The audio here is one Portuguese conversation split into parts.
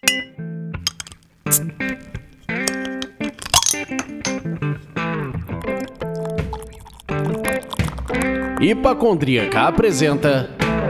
Hipacondríaca apresenta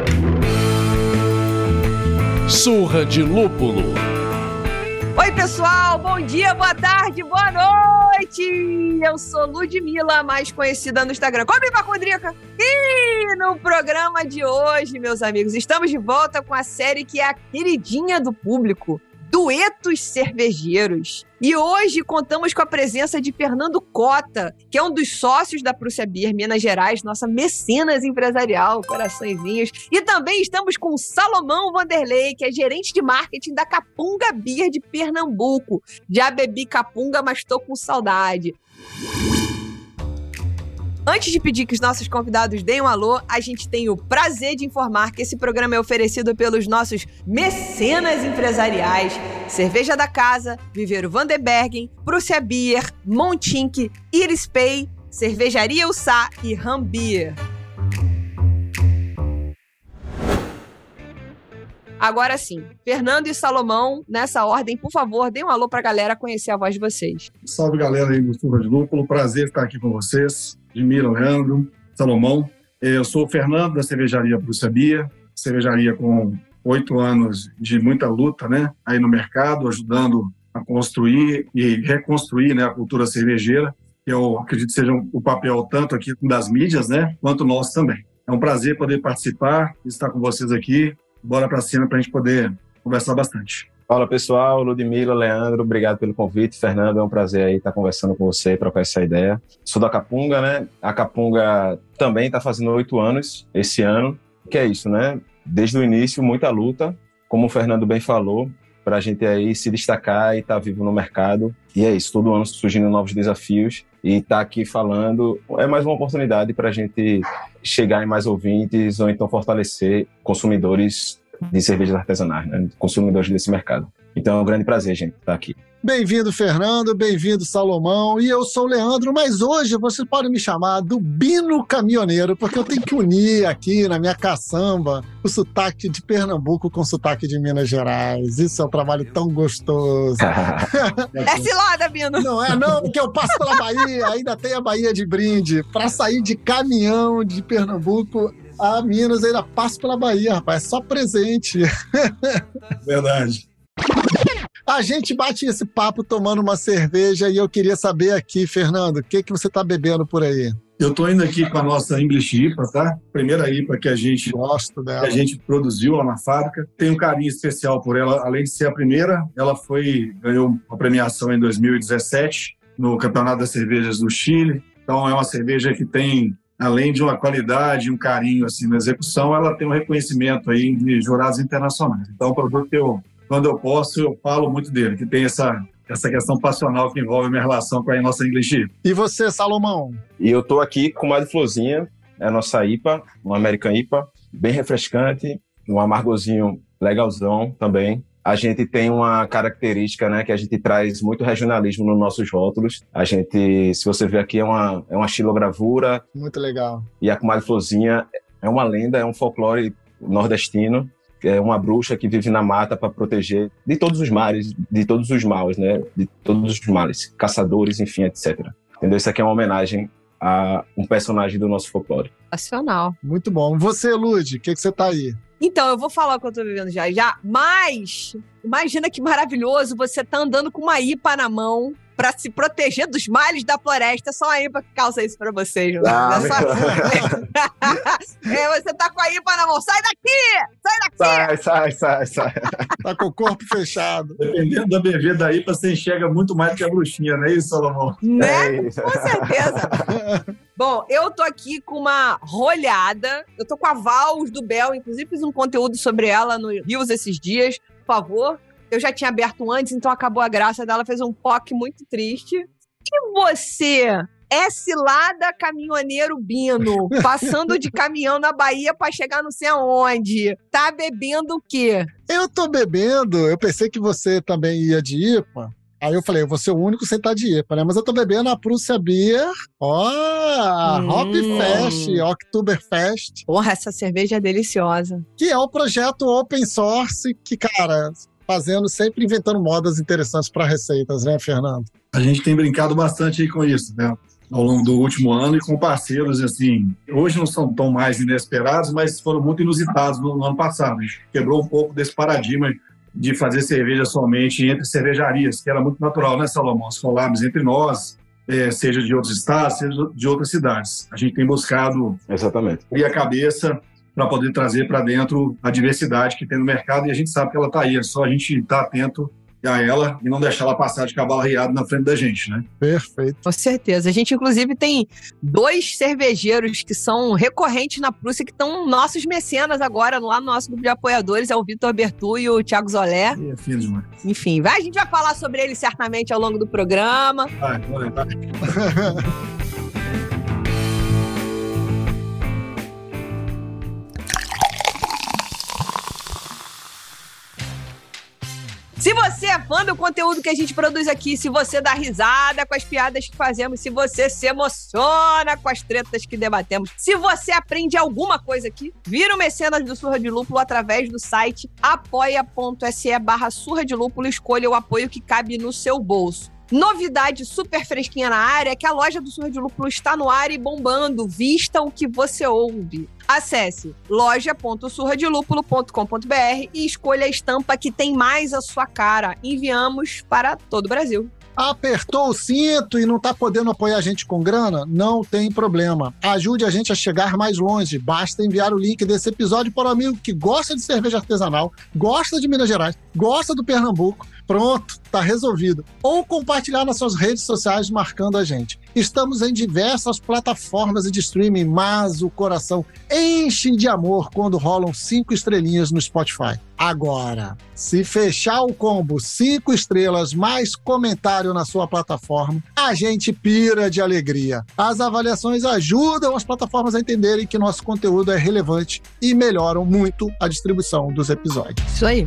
Surra de Lúpulo. Oi, pessoal! Bom dia, boa tarde, boa noite! Eu sou Ludmilla, mais conhecida no Instagram como Hipacondríaca. E no programa de hoje, meus amigos, estamos de volta com a série que é a queridinha do público, Duetos Cervejeiros. E hoje contamos com a presença de Fernando Cota, que é um dos sócios da Prússia Beer Minas Gerais, nossa mecenas empresarial, coraçõezinhos. E também estamos com Salomão Vanderlei, que é gerente de marketing da Capunga Beer de Pernambuco. Já bebi capunga, mas tô com saudade. Antes de pedir que os nossos convidados deem um alô, a gente tem o prazer de informar que esse programa é oferecido pelos nossos mecenas empresariais, Cerveja da Casa, Viveiro Vanderbergen, Prússia Beer, Montink, Iris Pay, Cervejaria Ussá e Rambier. Agora sim, Fernando e Salomão, nessa ordem, por favor, deem um alô pra galera conhecer a voz de vocês. Salve, galera aí do Surra de Lúpulo, prazer estar aqui com vocês. Admira, Leandro, Salomão. Eu sou o Fernando da cervejaria Prússia Beer, cervejaria com 8 anos de muita luta, né, aí no mercado, ajudando a construir e reconstruir, né, a cultura cervejeira, que eu acredito seja o papel tanto aqui das mídias, né, quanto nosso também. É um prazer poder participar e estar com vocês aqui. Bora para cima para a gente poder conversar bastante. Fala, pessoal, Ludmilla, Leandro, obrigado pelo convite. Fernando, é um prazer aí estar conversando com você, trocar essa ideia. Sou da Capunga, né? A Capunga também está fazendo 8 anos esse ano. Que é isso, né? Desde o início, muita luta, como o Fernando bem falou, para a gente aí se destacar e estar vivo no mercado. E é isso, todo ano surgindo novos desafios. E estar aqui falando é mais uma oportunidade para a gente chegar em mais ouvintes ou então fortalecer consumidores de cervejas artesanais, né? Consumidores desse mercado. Então é um grande prazer, gente, estar aqui. Bem-vindo, Fernando, bem-vindo, Salomão, e eu sou o Leandro, mas hoje você pode me chamar do Bino Caminhoneiro, porque eu tenho que unir aqui na minha caçamba o sotaque de Pernambuco com o sotaque de Minas Gerais. Isso é um trabalho tão gostoso. É cilada, Bino! Não é não, porque eu passo pela Bahia, ainda tem a Bahia de brinde. Para sair de caminhão de Pernambuco a Minas, ainda passo pela Bahia, rapaz, é só presente. Verdade. A gente bate esse papo tomando uma cerveja e eu queria saber aqui, Fernando, o que você está bebendo por aí? Eu estou indo aqui com a nossa English IPA, tá? Primeira IPA que a gente produziu lá na fábrica. Tenho um carinho especial por ela, além de ser a primeira, ela ganhou uma premiação em 2017 no Campeonato das Cervejas do Chile. Então é uma cerveja que tem, além de uma qualidade, um carinho assim na execução, ela tem um reconhecimento aí de jurados internacionais. Então é um produto que quando eu posso, eu falo muito dele, que tem essa questão passional que envolve a minha relação com a nossa English. E você, Salomão? E eu tô aqui com uma de Florzinha, é a nossa IPA, uma American IPA, bem refrescante, um amargozinho legalzão também. A gente tem uma característica, né, que a gente traz muito regionalismo nos nossos rótulos. A gente, se você ver aqui, é uma xilogravura. Muito legal. E a Comadre Florzinha é uma lenda, é um folclore nordestino. É uma bruxa que vive na mata para proteger de todos os males, de todos os maus, né? De todos os males, caçadores, enfim, etc. Entendeu? Isso aqui é uma homenagem a um personagem do nosso folclore. Nacional. Muito bom. Você, Lud, o que você tá aí? Então, eu vou falar o que eu tô bebendo já, mas imagina que maravilhoso você tá andando com uma IPA na mão pra se proteger dos males da floresta. Só a IPA que causa isso pra vocês. Você tá com a IPA na mão. Sai daqui! Sai. Tá com o corpo fechado. Dependendo da BV da IPA, você enxerga muito mais que a bruxinha, não é isso, Salomão? Né? É isso. Com certeza. Bom, eu tô aqui com uma rolhada. Eu tô com a Vals do Bel. Inclusive, fiz um conteúdo sobre ela no Rios esses dias. Por favor. Eu já tinha aberto antes, então acabou a graça dela. Fez um POC muito triste. E você é cilada caminhoneiro Bino, passando de caminhão na Bahia pra chegar não sei aonde. Tá bebendo o quê? Eu tô bebendo. Eu pensei que você também ia de IPA. Aí eu falei, eu vou ser o único sem estar de IPA, né? Mas eu tô bebendo a Prússia Beer, Hop Fest, Oktoberfest. Porra, essa cerveja é deliciosa. Que é um projeto open source que, cara, fazendo, sempre inventando modas interessantes para receitas, né, Fernando? A gente tem brincado bastante aí com isso, né? Ao longo do último ano e com parceiros, assim, hoje não são tão mais inesperados, mas foram muito inusitados no ano passado. A gente quebrou um pouco desse paradigma de fazer cerveja somente entre cervejarias, que era muito natural, né, Salomão? As collabs entre nós, seja de outros estados, seja de outras cidades. A gente tem buscado abrir a cabeça para poder trazer para dentro a diversidade que tem no mercado, e a gente sabe que ela está aí, é só a gente estar atento a ela e não deixar ela passar de cavalo arriado na frente da gente, né? Perfeito. Com certeza. A gente, inclusive, tem 2 cervejeiros que são recorrentes na Prússia, que estão nossos mecenas agora, lá no nosso grupo de apoiadores, é o Vitor Bertu e o Thiago Zolé. É fino demais. Enfim, a gente vai falar sobre eles certamente ao longo do programa. Vai. Se você é fã do conteúdo que a gente produz aqui, se você dá risada com as piadas que fazemos, se você se emociona com as tretas que debatemos, se você aprende alguma coisa aqui, vira o mecenas do Surra de Lúpulo através do site apoia.se/Surra de Lúpulo e escolha o apoio que cabe no seu bolso. Novidade super fresquinha na área é que a loja do Surra de Lúpulo está no ar e bombando. Vista o que você ouve. Acesse loja.surradelupulo.com.br e escolha a estampa que tem mais a sua cara. Enviamos para todo o Brasil. Apertou o cinto e não está podendo apoiar a gente com grana? Não tem problema. Ajude a gente a chegar mais longe. Basta enviar o link desse episódio para um amigo que gosta de cerveja artesanal, gosta de Minas Gerais, gosta do Pernambuco. Pronto, tá resolvido. Ou compartilhar nas suas redes sociais marcando a gente. Estamos em diversas plataformas de streaming, mas o coração enche de amor quando rolam 5 estrelinhas no Spotify. Agora, se fechar o combo 5 estrelas mais comentário na sua plataforma, a gente pira de alegria. As avaliações ajudam as plataformas a entenderem que nosso conteúdo é relevante e melhoram muito a distribuição dos episódios. Isso aí.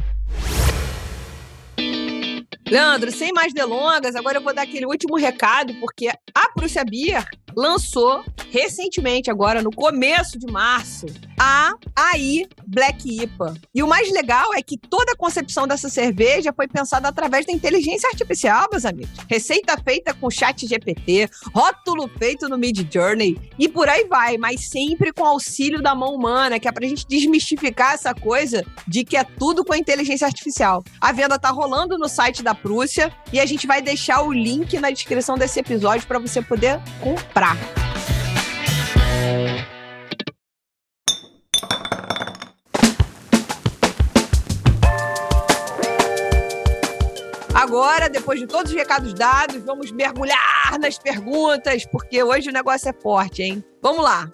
Leandro, sem mais delongas, agora eu vou dar aquele último recado, porque a Prússia Beer lançou recentemente, agora no começo de março, a AI Black IPA. E o mais legal é que toda a concepção dessa cerveja foi pensada através da inteligência artificial, meus amigos. Receita feita com chat GPT, rótulo feito no Midjourney e por aí vai, mas sempre com auxílio da mão humana, que é pra gente desmistificar essa coisa de que é tudo com a inteligência artificial. A venda tá rolando no site da Prússia e a gente vai deixar o link na descrição desse episódio para você poder comprar. Agora, depois de todos os recados dados, vamos mergulhar nas perguntas, porque hoje o negócio é forte, hein? Vamos lá!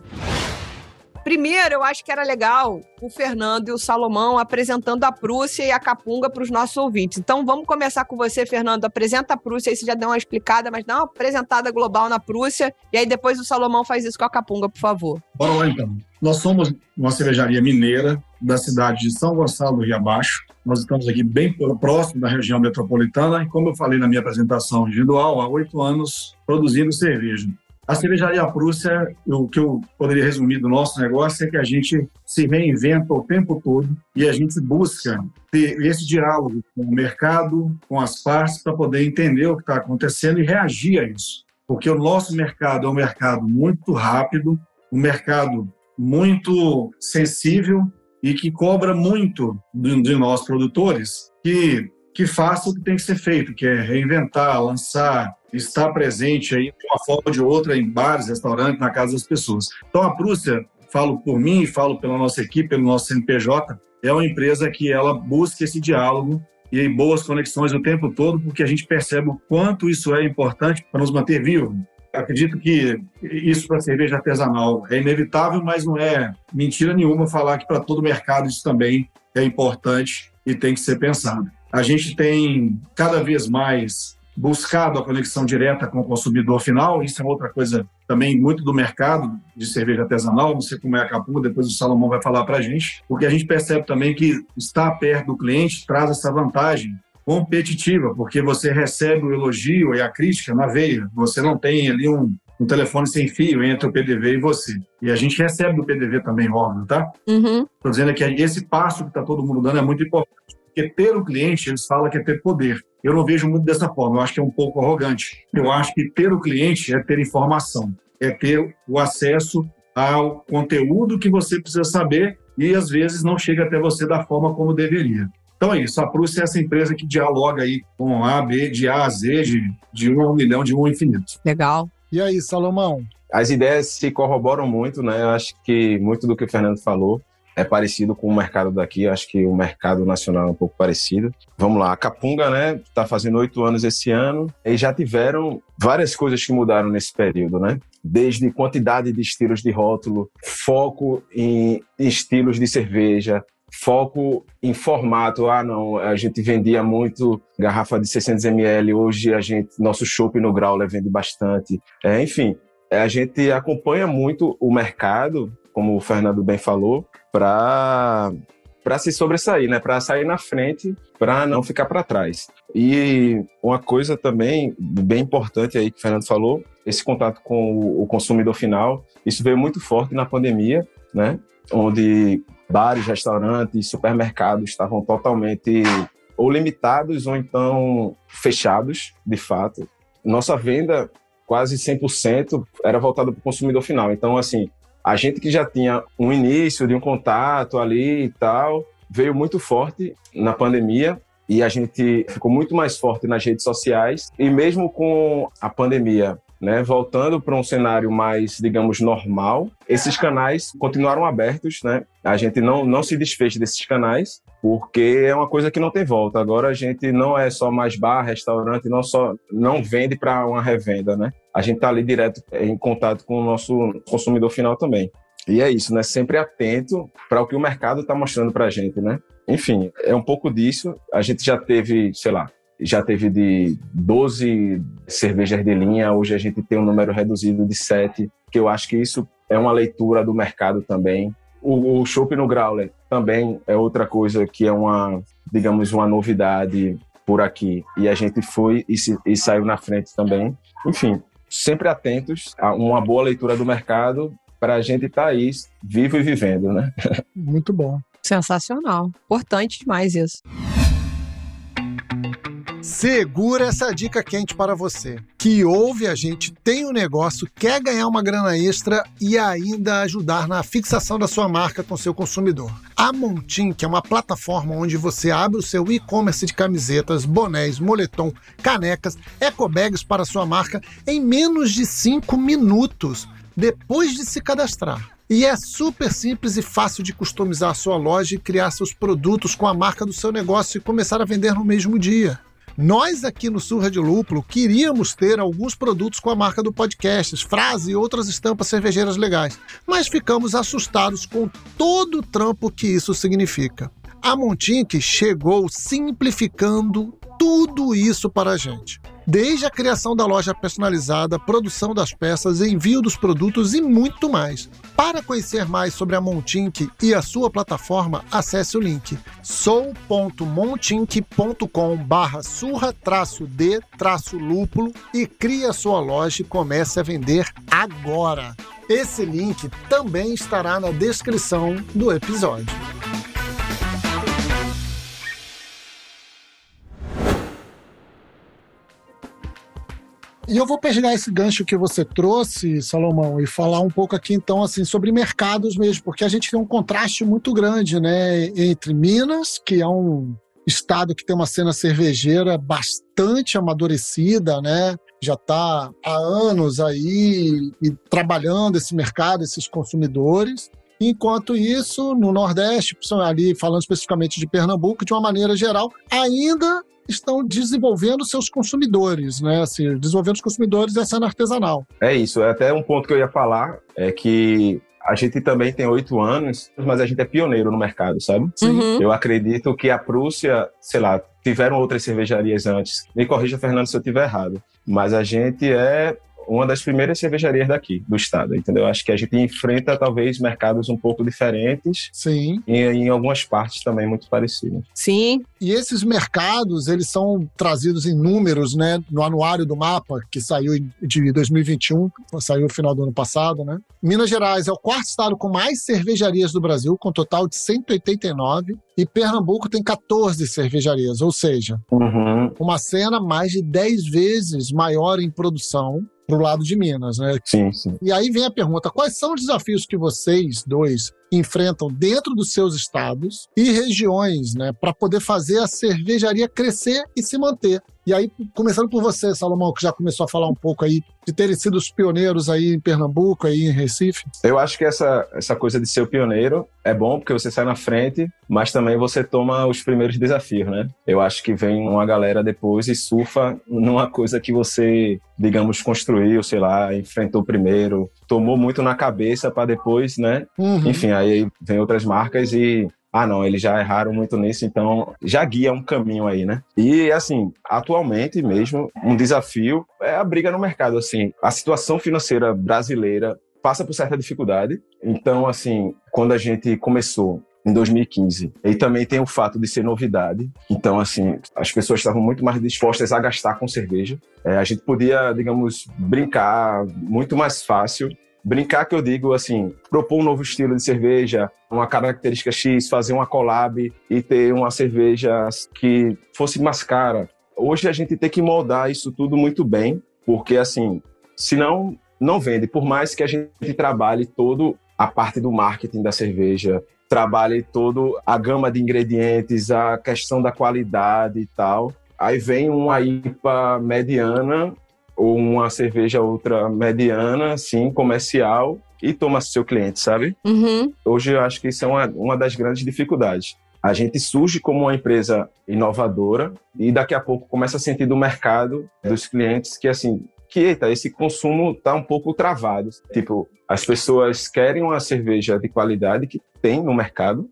Primeiro, eu acho que era legal o Fernando e o Salomão apresentando a Prússia e a Capunga para os nossos ouvintes. Então, vamos começar com você, Fernando. Apresenta a Prússia, aí você já deu uma explicada, mas dá uma apresentada global na Prússia, e aí depois o Salomão faz isso com a Capunga, por favor. Bora lá, então. Nós somos uma cervejaria mineira da cidade de São Gonçalo do Rio Abaixo. Nós estamos aqui bem próximo da região metropolitana e, como eu falei na minha apresentação individual, há 8 anos produzindo cerveja. A cervejaria Prússia, o que eu poderia resumir do nosso negócio é que a gente se reinventa o tempo todo e a gente busca ter esse diálogo com o mercado, com as partes, para poder entender o que está acontecendo e reagir a isso. Porque o nosso mercado é um mercado muito rápido, um mercado muito sensível e que cobra muito de nós produtores que faça o que tem que ser feito, que é reinventar, lançar, estar presente aí de uma forma ou de outra em bares, restaurantes, na casa das pessoas. Então a Prússia, falo por mim, falo pela nossa equipe, pelo nosso CNPJ, é uma empresa que ela busca esse diálogo e boas conexões o tempo todo, porque a gente percebe o quanto isso é importante para nos manter vivos. Acredito que isso para a cerveja artesanal é inevitável, mas não é mentira nenhuma falar que para todo o mercado isso também é importante e tem que ser pensado. A gente tem cada vez mais buscado a conexão direta com o consumidor final, isso é outra coisa também muito do mercado de cerveja artesanal, não sei como é a Capunga, depois o Salomão vai falar para a gente, porque a gente percebe também que estar perto do cliente traz essa vantagem competitiva, porque você recebe o elogio e a crítica na veia, você não tem ali um telefone sem fio entre o PDV e você. E a gente recebe do PDV também, óbvio, tá? Estou dizendo que esse passo que está todo mundo dando é muito importante. Porque ter o cliente, eles falam que é ter poder. Eu não vejo muito dessa forma, eu acho que é um pouco arrogante. Eu acho que ter o cliente é ter informação, é ter o acesso ao conteúdo que você precisa saber e, às vezes, não chega até você da forma como deveria. Então é isso, a Prússia é essa empresa que dialoga aí com A, B, de A a Z, de 1 a 1 milhão, de 1 ao infinito. Legal. E aí, Salomão? As ideias se corroboram muito, né? Eu acho que muito do que o Fernando falou é parecido com o mercado daqui. Eu acho que o mercado nacional é um pouco parecido. Vamos lá, a Capunga, né, está fazendo 8 anos esse ano e já tiveram várias coisas que mudaram nesse período, né? Desde quantidade de estilos de rótulo, foco em estilos de cerveja, foco em formato. Não, a gente vendia muito garrafa de 600 ml, hoje nosso chopp no Growler vende bastante. Enfim, a gente acompanha muito o mercado, como o Fernando bem falou, para se sobressair, né? Para sair na frente, para não ficar para trás. E uma coisa também bem importante aí que o Fernando falou, esse contato com o consumidor final, isso veio muito forte na pandemia, né? Onde bares, restaurantes, supermercados estavam totalmente ou limitados ou então fechados, de fato. Nossa venda, quase 100%, era voltada para o consumidor final. Então, assim, a gente que já tinha um início de um contato ali e tal, veio muito forte na pandemia e a gente ficou muito mais forte nas redes sociais. E mesmo com a pandemia, né, voltando para um cenário mais, digamos, normal, esses canais continuaram abertos, né? A gente não se desfez desses canais, porque é uma coisa que não tem volta. Agora a gente não é só mais bar, restaurante, não vende para uma revenda, né? A gente está ali direto em contato com o nosso consumidor final também. E é isso, né? Sempre atento para o que o mercado está mostrando para a gente, né? Enfim, é um pouco disso. A gente já teve, já teve de 12 cervejas de linha, hoje a gente tem um número reduzido de 7, que eu acho que isso é uma leitura do mercado também. O chopp no Growler também é outra coisa que é uma novidade por aqui. E a gente foi e saiu na frente também. Enfim, sempre atentos a uma boa leitura do mercado para a gente estar aí vivo e vivendo, né? Muito bom. Sensacional. Importante demais isso. Segura essa dica quente para você, que ouve a gente, tem um negócio, quer ganhar uma grana extra e ainda ajudar na fixação da sua marca com seu consumidor. A Montin, que é uma plataforma onde você abre o seu e-commerce de camisetas, bonés, moletom, canecas, ecobags para sua marca em menos de 5 minutos, depois de se cadastrar. E é super simples e fácil de customizar a sua loja e criar seus produtos com a marca do seu negócio e começar a vender no mesmo dia. Nós aqui no Surra de Lúpulo queríamos ter alguns produtos com a marca do podcast, frase e outras estampas cervejeiras legais, mas ficamos assustados com todo o trampo que isso significa. A Montink chegou simplificando tudo isso para a gente. Desde a criação da loja personalizada, produção das peças, envio dos produtos e muito mais. Para conhecer mais sobre a Montink e a sua plataforma, acesse o link sou.montink.com/surra-d-lúpulo e crie a sua loja e comece a vender agora. Esse link também estará na descrição do episódio. E eu vou pegar esse gancho que você trouxe, Salomão, e falar um pouco aqui, então, assim, sobre mercados mesmo, porque a gente tem um contraste muito grande, né, entre Minas, que é um estado que tem uma cena cervejeira bastante amadurecida, né, já está há anos aí e trabalhando esse mercado, esses consumidores. Enquanto isso, no Nordeste, ali falando especificamente de Pernambuco, de uma maneira geral, ainda estão desenvolvendo seus consumidores, né? Assim, desenvolvendo os consumidores da cena artesanal. É isso, é até um ponto que eu ia falar, é que a gente também tem 8 anos, mas a gente é pioneiro no mercado, sabe? Uhum. Eu acredito que a Prússia, tiveram outras cervejarias antes. Me corrija, Fernando, se eu estiver errado. Mas a gente é uma das primeiras cervejarias daqui, do estado, entendeu? Acho que a gente enfrenta, talvez, mercados um pouco diferentes. Sim. E em algumas partes também muito parecidas. Sim. E esses mercados, eles são trazidos em números, né? No anuário do mapa, que saiu de 2021, saiu no final do ano passado, né? Minas Gerais é o 4º estado com mais cervejarias do Brasil, com um total de 189. e Pernambuco tem 14 cervejarias, ou seja, uma cena mais de 10 vezes maior em produção pro lado de Minas, né? Sim, sim. E aí vem a pergunta, quais são os desafios que vocês dois enfrentam dentro dos seus estados e regiões, né, para poder fazer a cervejaria crescer e se manter? E aí, começando por você, Salomão, que já começou a falar um pouco aí de terem sido os pioneiros aí em Pernambuco, aí em Recife. Eu acho que essa coisa de ser o pioneiro é bom porque você sai na frente, mas também você toma os primeiros desafios, né? Eu acho que vem uma galera depois e surfa numa coisa que você, digamos, construiu, sei lá, enfrentou primeiro, tomou muito na cabeça para depois, né? Enfim, aí vem outras marcas e não, eles já erraram muito nisso, então já guia um caminho aí, né? E, assim, atualmente mesmo, um desafio é a briga no mercado, assim. A situação financeira brasileira passa por certa dificuldade. Então, assim, quando a gente começou em 2015, e também tem o fato de ser novidade. Então, assim, as pessoas estavam muito mais dispostas a gastar com cerveja. A gente podia, digamos, brincar muito mais fácil. Brincar que eu digo, assim, propor um novo estilo de cerveja, uma característica X, fazer uma collab e ter uma cerveja que fosse mais cara. Hoje a gente tem que moldar isso tudo muito bem, porque, assim, senão não vende. Por mais que a gente trabalhe toda a parte do marketing da cerveja, trabalhe toda a gama de ingredientes, a questão da qualidade e tal, aí vem uma IPA mediana ou uma cerveja ultra mediana, assim, comercial, e toma seu cliente, sabe? Hoje eu acho que isso é uma das grandes dificuldades. A gente surge como uma empresa inovadora e daqui a pouco começa a sentir do mercado, dos clientes, que assim, esse consumo está um pouco travado. Tipo, as pessoas querem uma cerveja de qualidade que tem no mercado,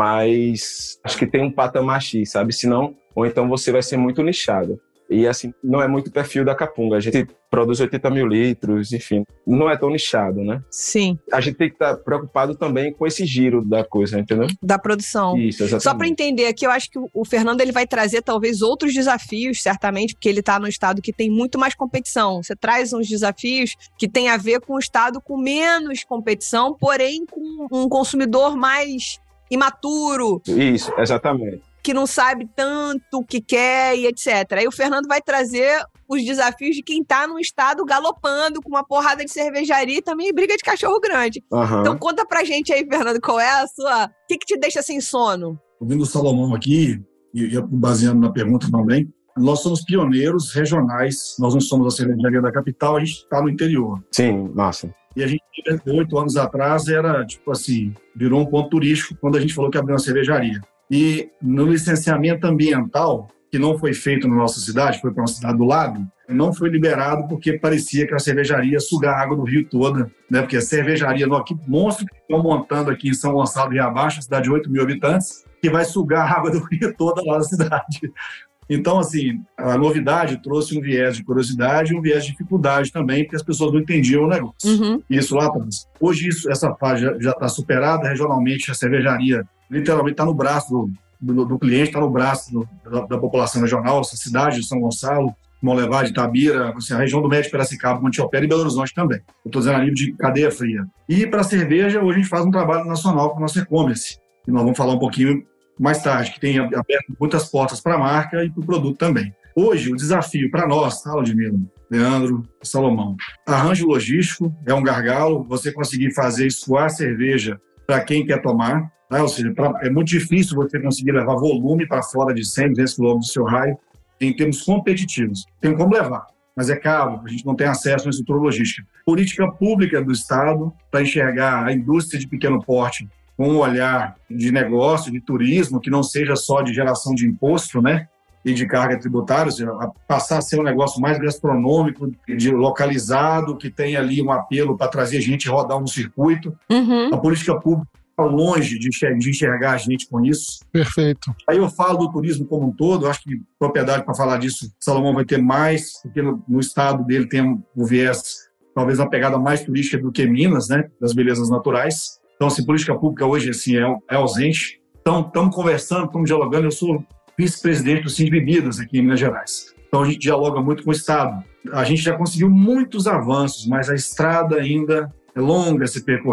mas acho que tem um patamar X, sabe? Senão, ou então você vai ser muito nichado. E, assim, não é muito perfil da Capunga. A gente produz 80 mil litros, enfim. Não é tão nichado, né? Sim. A gente tem que estar preocupado também com esse giro da coisa, entendeu? Da produção. Isso, exatamente. Só para entender aqui, eu acho que o Fernando ele vai trazer talvez outros desafios, certamente, porque ele está num estado que tem muito mais competição. Você traz uns desafios que tem a ver com um estado com menos competição, porém com um consumidor mais imaturo. Isso, exatamente. Que não sabe tanto o que quer e etc. Aí o Fernando vai trazer os desafios de quem tá num estado galopando com uma porrada de cervejaria e também briga de cachorro grande. Então conta pra gente aí, Fernando, qual é a sua... O que te deixa sem sono? Ouvindo o Salomão aqui, e baseando na pergunta também, nós somos pioneiros regionais, nós não somos a cervejaria da capital, a gente está no interior. Sim, massa. E a gente, 8 anos atrás, era tipo assim, virou um ponto turístico quando a gente falou que abriu uma cervejaria. E no licenciamento ambiental, que não foi feito na nossa cidade, foi para uma cidade do lado, não foi liberado porque parecia que a cervejaria ia sugar a água do rio toda, né? Porque a cervejaria, aqui, monstro que estão montando aqui em São Gonçalo e Abaixo, cidade de 8 mil habitantes, que vai sugar a água do rio toda lá da cidade. Então, assim, a novidade trouxe um viés de curiosidade e um viés de dificuldade também, porque as pessoas não entendiam o negócio. Isso lá atrás. Hoje, essa fase já está superada. Regionalmente, a cervejaria literalmente está no braço do cliente, está no braço da população regional, essa cidade de São Gonçalo, Monlevade, Itabira, assim, a região do Médio Piracicaba, Monte Opera e Belo Horizonte também. Eu estou dizendo a nível de cadeia fria. E para a cerveja, hoje a gente faz um trabalho nacional com o nosso e-commerce, que nós vamos falar um pouquinho mais tarde, que tem aberto muitas portas para a marca e para o produto também. Hoje, o desafio para nós, tá, Ludmila, Leandro, Salomão, arranjo logístico é um gargalo, você conseguir fazer escoar cerveja para quem quer tomar, tá? Ou seja, é muito difícil você conseguir levar volume para fora de 100, 200 quilômetros do seu raio, em termos competitivos. Tem como levar, mas é caro, a gente não tem acesso à estrutura logística. Política pública do Estado para enxergar a indústria de pequeno porte com um olhar de negócio, de turismo, que não seja só de geração de imposto, né? E de carga tributária, ou seja, passar a ser um negócio mais gastronômico, de localizado, que tem ali um apelo para trazer gente e rodar um circuito. A política pública está longe de enxergar a gente com isso. Perfeito. Aí eu falo do turismo como um todo, acho que propriedade para falar disso, Salomão vai ter mais, porque no estado dele tem o viés, talvez uma pegada mais turística do que Minas, né? Das belezas naturais. Então, assim, política pública hoje assim, é ausente. Então, estamos conversando, estamos dialogando. Eu sou vice-presidente do Cindy Bebidas aqui em Minas Gerais. Então, a gente dialoga muito com o Estado. A gente já conseguiu muitos avanços, mas a estrada ainda é longa a se percorrer.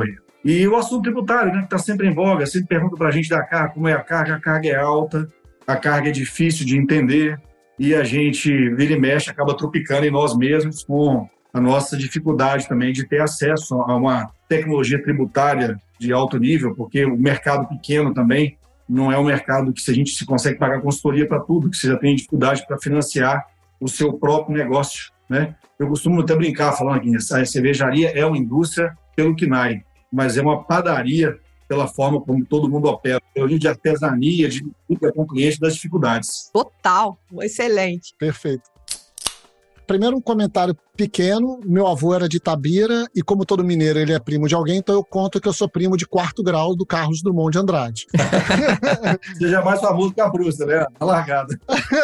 E o assunto tributário, né, que está sempre em voga, sempre pergunta para a gente da carga, como é a carga é alta, a carga é difícil de entender, e a gente, vira e mexe, acaba tropicando em nós mesmos com a nossa dificuldade também de ter acesso a uma tecnologia tributária de alto nível, porque o mercado pequeno também não é um mercado que a gente se consegue pagar consultoria para tudo, que você já tem dificuldade para financiar o seu próprio negócio, né? Eu costumo até brincar falando que a cervejaria é uma indústria pelo KNAI, mas é uma padaria pela forma como todo mundo opera. Eu digo de artesania, de luta com o cliente, das dificuldades. Total, excelente. Perfeito. Primeiro, um comentário pequeno. Meu avô era de Itabira e, como todo mineiro, ele é primo de alguém, então eu conto que eu sou primo de 4º grau do Carlos Drummond de Andrade. Seja mais famoso que a Prússia, né? A largada.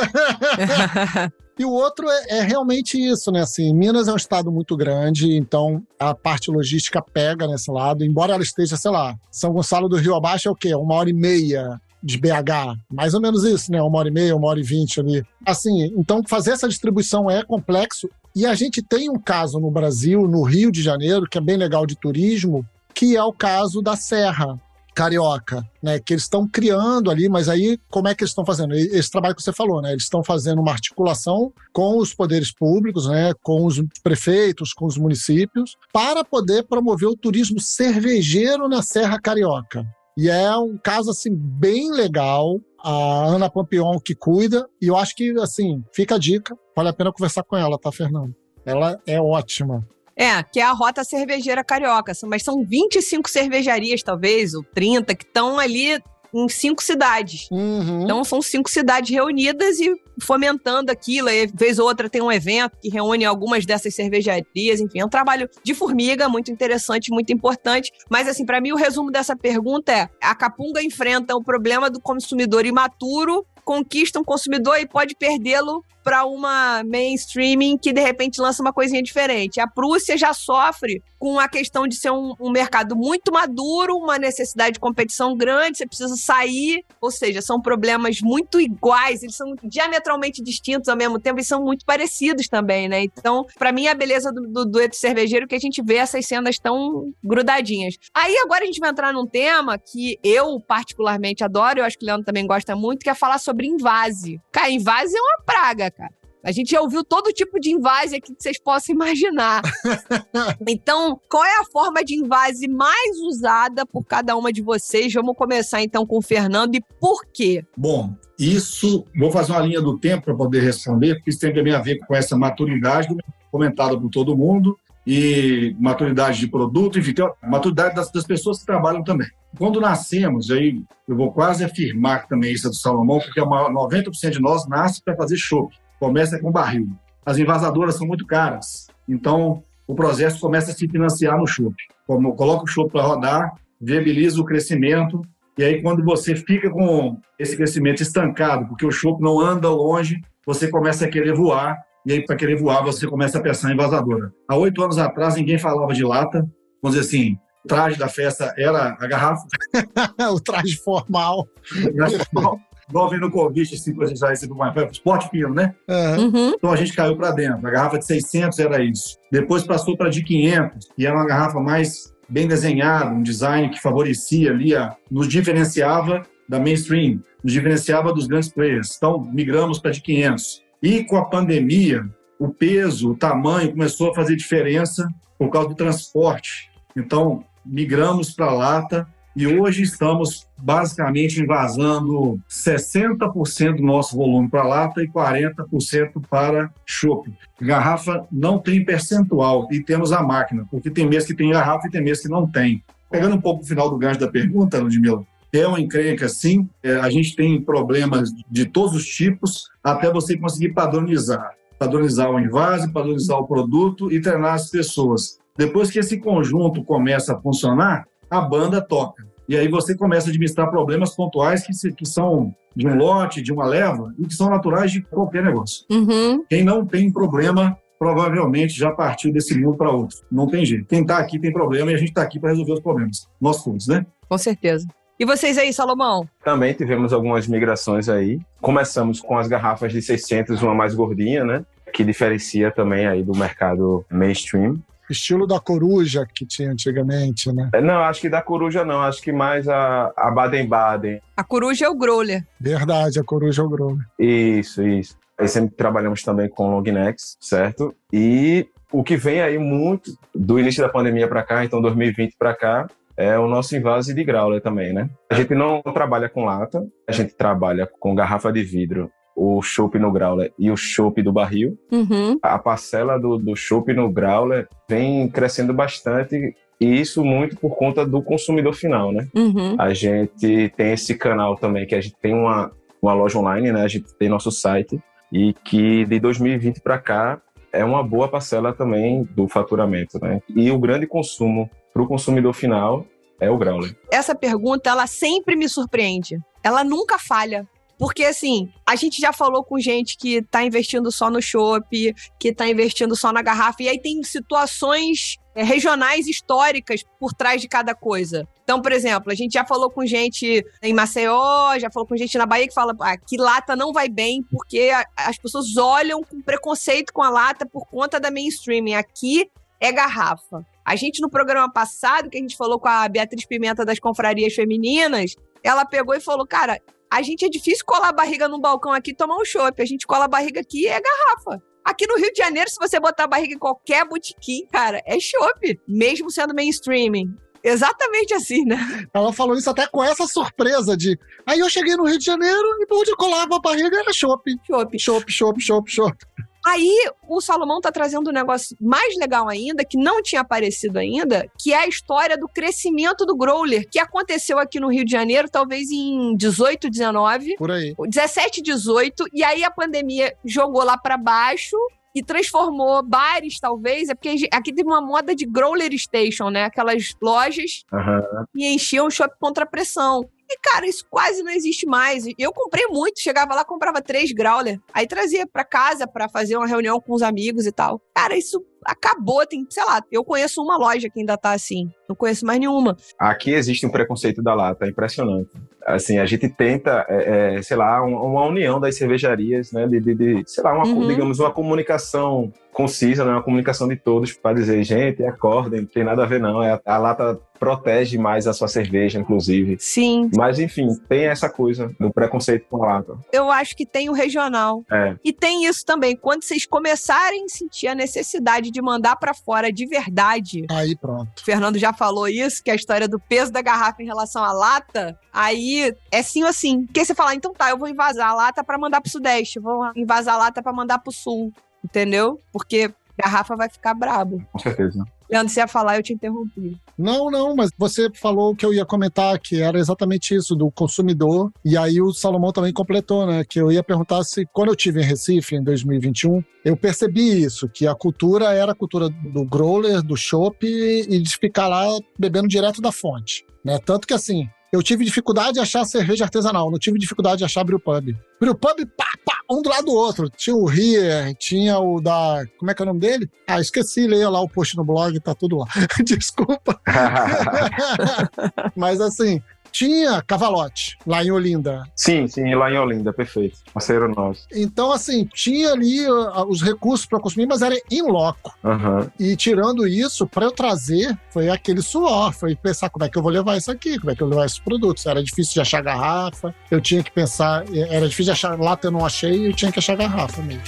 E o outro é realmente isso, né? Assim, Minas é um estado muito grande, então a parte logística pega nesse lado, embora ela esteja, sei lá, São Gonçalo do Rio abaixo é o quê? 1h30 de BH, mais ou menos isso, né? 1h30, 1h20 ali. Assim, então fazer essa distribuição é complexo. E a gente tem um caso no Brasil, no Rio de Janeiro, que é bem legal de turismo, que é o caso da Serra Carioca, né? Que eles estão criando ali, mas aí como é que eles estão fazendo? Esse trabalho que você falou, né? Eles estão fazendo uma articulação com os poderes públicos, né? Com os prefeitos, com os municípios, para poder promover o turismo cervejeiro na Serra Carioca. E é um caso, assim, bem legal. A Ana Pampion que cuida. E eu acho que, assim, fica a dica. Vale a pena conversar com ela, tá, Fernando? Ela é ótima. Que é a Rota Cervejeira Carioca. Mas são 25 cervejarias, talvez, ou 30, que estão ali em 5 cidades. Uhum. Então, são 5 cidades reunidas e fomentando aquilo. Aí, vez ou outra, tem um evento que reúne algumas dessas cervejarias. Enfim, é um trabalho de formiga, muito interessante, muito importante. Mas, assim, para mim, o resumo dessa pergunta é: a Capunga enfrenta o problema do consumidor imaturo, conquista um consumidor e pode perdê-lo para uma mainstreaming que, de repente, lança uma coisinha diferente. A Prússia já sofre com a questão de ser um mercado muito maduro, uma necessidade de competição grande, você precisa sair, ou seja, são problemas muito iguais, eles são diametralmente distintos ao mesmo tempo e são muito parecidos também, né? Então, para mim, a beleza do dueto cervejeiro é que a gente vê essas cenas tão grudadinhas. Aí, agora a gente vai entrar num tema que eu, particularmente, adoro, eu acho que o Leandro também gosta muito, que é falar sobre invase. Cara, invase é uma praga, cara. A gente já ouviu todo tipo de invase aqui que vocês possam imaginar. Então, qual é a forma de invase mais usada por cada uma de vocês? Vamos começar, então, com o Fernando. E por quê? Bom, isso... Vou fazer uma linha do tempo para poder responder, porque isso tem também a ver com essa maturidade comentada por todo mundo e maturidade de produto, enfim, tem a maturidade das pessoas que trabalham também. Quando nascemos, aí eu vou quase afirmar que também isso é do Salomão, porque 90% de nós nasce para fazer chopp. Começa com barril. As envasadoras são muito caras, então o processo começa a se financiar no chopp. Coloca o chopp para rodar, viabiliza o crescimento, e aí quando você fica com esse crescimento estancado, porque o chopp não anda longe, você começa a querer voar, e aí para querer voar você começa a pensar em envasadora. Há 8 anos atrás ninguém falava de lata, vamos dizer assim, o traje da festa era a garrafa. O traje formal. Igual vem no convite, assim, para já receber uma esporte fino, né? Uhum. Então a gente caiu para dentro. A garrafa de 600 era isso. Depois passou para de 500, que era uma garrafa mais bem desenhada, um design que favorecia ali, nos diferenciava da mainstream, nos diferenciava dos grandes players. Então migramos para de 500. E com a pandemia, o peso, o tamanho começou a fazer diferença por causa do transporte. Então migramos para lata. E hoje estamos basicamente envasando 60% do nosso volume para lata e 40% para chopp. Garrafa não tem percentual e temos a máquina, porque tem mês que tem garrafa e tem mês que não tem. Pegando um pouco o final do gancho da pergunta, Ludmila, é uma encrenca sim, a gente tem problemas de todos os tipos até você conseguir padronizar o invase, padronizar o produto e treinar as pessoas. Depois que esse conjunto começa a funcionar, a banda toca. E aí você começa a administrar problemas pontuais que são de um lote, de uma leva, e que são naturais de qualquer negócio. Uhum. Quem não tem problema, provavelmente já partiu desse mundo para outro. Não tem jeito. Quem está aqui tem problema e a gente está aqui para resolver os problemas. Nós todos, né? Com certeza. E vocês aí, Salomão? Também tivemos algumas migrações aí. Começamos com as garrafas de 600, uma mais gordinha, né? Que diferencia também aí do mercado mainstream. estilo da coruja que tinha antigamente, né? Não, acho que da coruja não, acho que mais a Baden-Baden. A coruja é o growler. Verdade, a coruja é o growler. Isso. Aí sempre trabalhamos também com long necks, certo? E o que vem aí muito do início da pandemia para cá, então 2020 para cá, é o nosso invase de growler também, né? A gente não trabalha com lata, a gente trabalha com garrafa de vidro, o chopp no growler e o chopp do barril. Uhum. A parcela do chopp no growler vem crescendo bastante, e isso muito por conta do consumidor final, né? Uhum. A gente tem esse canal também, que a gente tem uma loja online, né? A gente tem nosso site, e que de 2020 para cá é uma boa parcela também do faturamento, né? E o grande consumo para o consumidor final é o growler. Essa pergunta, ela sempre me surpreende. Ela nunca falha. Porque, assim, a gente já falou com gente que tá investindo só no chopp, que tá investindo só na garrafa, e aí tem situações regionais históricas por trás de cada coisa. Então, por exemplo, a gente já falou com gente em Maceió, já falou com gente na Bahia que fala que lata não vai bem porque as pessoas olham com preconceito com a lata por conta da mainstream. Aqui é garrafa. A gente, no programa passado, que a gente falou com a Beatriz Pimenta das Confrarias Femininas, ela pegou e falou, cara, a gente é difícil colar a barriga num balcão aqui e tomar um chopp. A gente cola a barriga aqui e é garrafa. Aqui no Rio de Janeiro, se você botar a barriga em qualquer botequim, cara, é chopp, mesmo sendo mainstream. Exatamente assim, né? Ela falou isso até com essa surpresa de... Aí eu cheguei no Rio de Janeiro e onde eu colava a barriga era chopp. Chopp. Aí o Salomão tá trazendo um negócio mais legal ainda, que não tinha aparecido ainda, que é a história do crescimento do growler, que aconteceu aqui no Rio de Janeiro, talvez em 18, 19. Por aí. 17, 18, e aí a pandemia jogou lá pra baixo e transformou bares, talvez, é porque aqui teve uma moda de growler station, né? Aquelas lojas que enchiam o shopping contra a pressão. E, cara, isso quase não existe mais. Eu comprei muito, chegava lá, comprava 3 growler, aí trazia pra casa pra fazer uma reunião com os amigos e tal. Cara, isso acabou, tem, sei lá, eu conheço uma loja que ainda tá assim, não conheço mais nenhuma. Aqui existe um preconceito da lata, é impressionante. Assim, a gente tenta, sei lá, uma união das cervejarias, né, sei lá, digamos, uma comunicação concisa, né, uma comunicação de todos para dizer, gente, acordem, não tem nada a ver não, a lata protege mais a sua cerveja, inclusive. Sim. Mas, enfim, tem essa coisa do preconceito com a lata. Eu acho que tem o regional. É. E tem isso também, quando vocês começarem a sentir a necessidade de mandar pra fora de verdade. Aí pronto. O Fernando já falou isso, que é a história do peso da garrafa em relação à lata. Aí é sim ou assim. Porque você fala, então tá, eu vou invasar a lata pra mandar pro Sudeste, vou invasar a lata pra mandar pro Sul. Entendeu? Porque a garrafa vai ficar brabo. Com certeza. Leandro, você ia falar, eu te interrompi. Não, mas você falou o que eu ia comentar, que era exatamente isso, do consumidor. E aí o Salomão também completou, né? Que eu ia perguntar se, quando eu estive em Recife, em 2021, eu percebi isso, que a cultura era a cultura do growler, do chopp e de ficar lá bebendo direto da fonte, né? Tanto que, assim, eu tive dificuldade de achar cerveja artesanal, não tive dificuldade de achar brewpub. Brewpub, pá, um do lado do outro. Tinha o Rier, tinha o da... Como é que é o nome dele? Ah, esqueci, leia lá o post no blog, tá tudo lá. Desculpa. Mas assim, tinha Cavalote, lá em Olinda. Sim, lá em Olinda, perfeito. Parceiro nosso. Então, assim, tinha ali os recursos para consumir, mas era in loco. E tirando isso, para eu trazer, foi aquele suor, foi pensar como é que eu vou levar isso aqui, como é que eu vou levar esses produtos. Era difícil de achar garrafa, eu tinha que pensar, era difícil de achar lata, eu não achei, eu tinha que achar garrafa mesmo.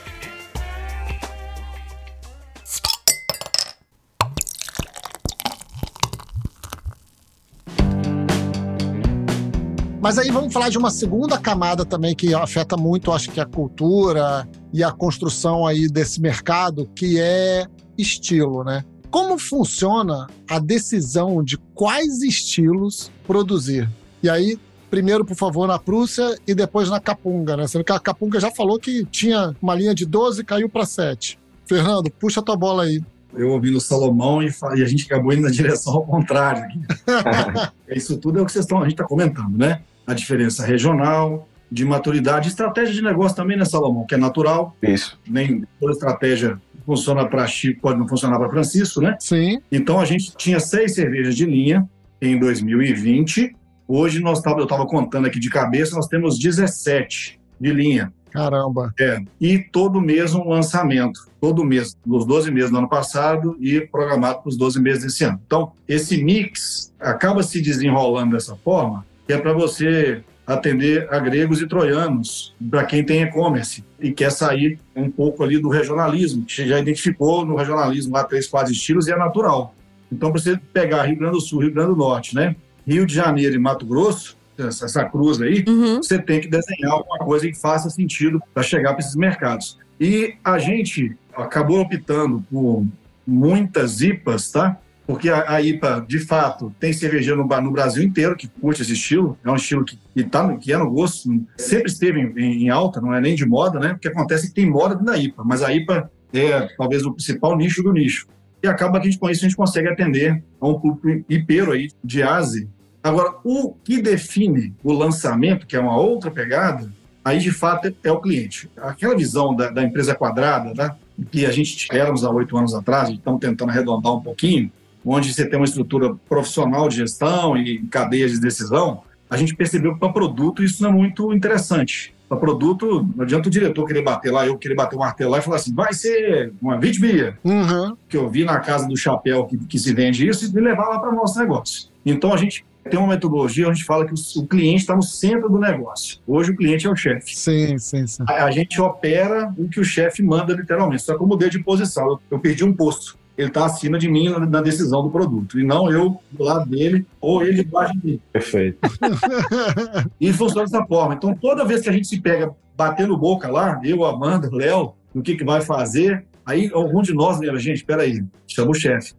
Mas aí vamos falar de uma segunda camada também que afeta muito, acho que a cultura e a construção aí desse mercado, que é estilo, né? Como funciona a decisão de quais estilos produzir? E aí, primeiro, por favor, na Prússia e depois na Capunga, né? Sendo que a Capunga já falou que tinha uma linha de 12 e caiu para 7. Fernando, puxa a tua bola aí. Eu ouvindo o Salomão e a gente acabou indo na direção ao contrário. Isso tudo é o que a gente está comentando, né? A diferença regional, de maturidade, estratégia de negócio também, né, Salomão? Que é natural. Isso. Nem toda estratégia funciona para Chico, pode não funcionar para Francisco, né? Sim. Então a gente tinha 6 cervejas de linha em 2020. Hoje eu estava contando aqui de cabeça, nós temos 17 de linha. Caramba. E todo mês um lançamento. Todo mês, nos 12 meses do ano passado e programado para os 12 meses desse ano. Então, esse mix acaba se desenrolando dessa forma, que é para você atender a gregos e troianos, para quem tem e-commerce e quer sair um pouco ali do regionalismo, que já identificou no regionalismo lá 3, 4 estilos e é natural. Então, para você pegar Rio Grande do Sul, Rio Grande do Norte, né? Rio de Janeiro e Mato Grosso, essa cruz aí, você tem que desenhar alguma coisa que faça sentido para chegar para esses mercados. E a gente acabou optando por muitas IPAs, tá? Porque a IPA, de fato, tem cervejeiro no Brasil inteiro que curte esse estilo. É um estilo que é no gosto, sempre esteve em alta, não é nem de moda, né? O que acontece é que tem moda na IPA, mas a IPA é talvez o principal nicho do nicho. E acaba que com isso a gente consegue atender a um público ipeiro aí de Ásia. Agora, o que define o lançamento, que é uma outra pegada, aí de fato é o cliente. Aquela visão da empresa quadrada, tá? Que a gente éramos há 8 anos atrás, a gente estamos tentando arredondar um pouquinho, onde você tem uma estrutura profissional de gestão e cadeias de decisão, a gente percebeu que para produto isso não é muito interessante. Para produto, não adianta o diretor querer bater lá, eu querer bater o martelo lá e falar assim, vai ser uma vitibia, que eu vi na Casa do Chapéu que se vende isso, e levar lá para o nosso negócio. Então a gente tem uma metodologia onde a gente fala que o cliente está no centro do negócio. Hoje o cliente é o chefe. Sim. A gente opera o que o chefe manda literalmente, só que eu mudei de posição, eu perdi um posto. Ele está acima de mim na decisão do produto, e não eu do lado dele, ou ele debaixo de mim. Perfeito. E funciona dessa forma. Então, toda vez que a gente se pega batendo boca lá, eu, Amanda, Léo, no que vai fazer, aí algum de nós lembra, gente, espera aí, chama o chefe.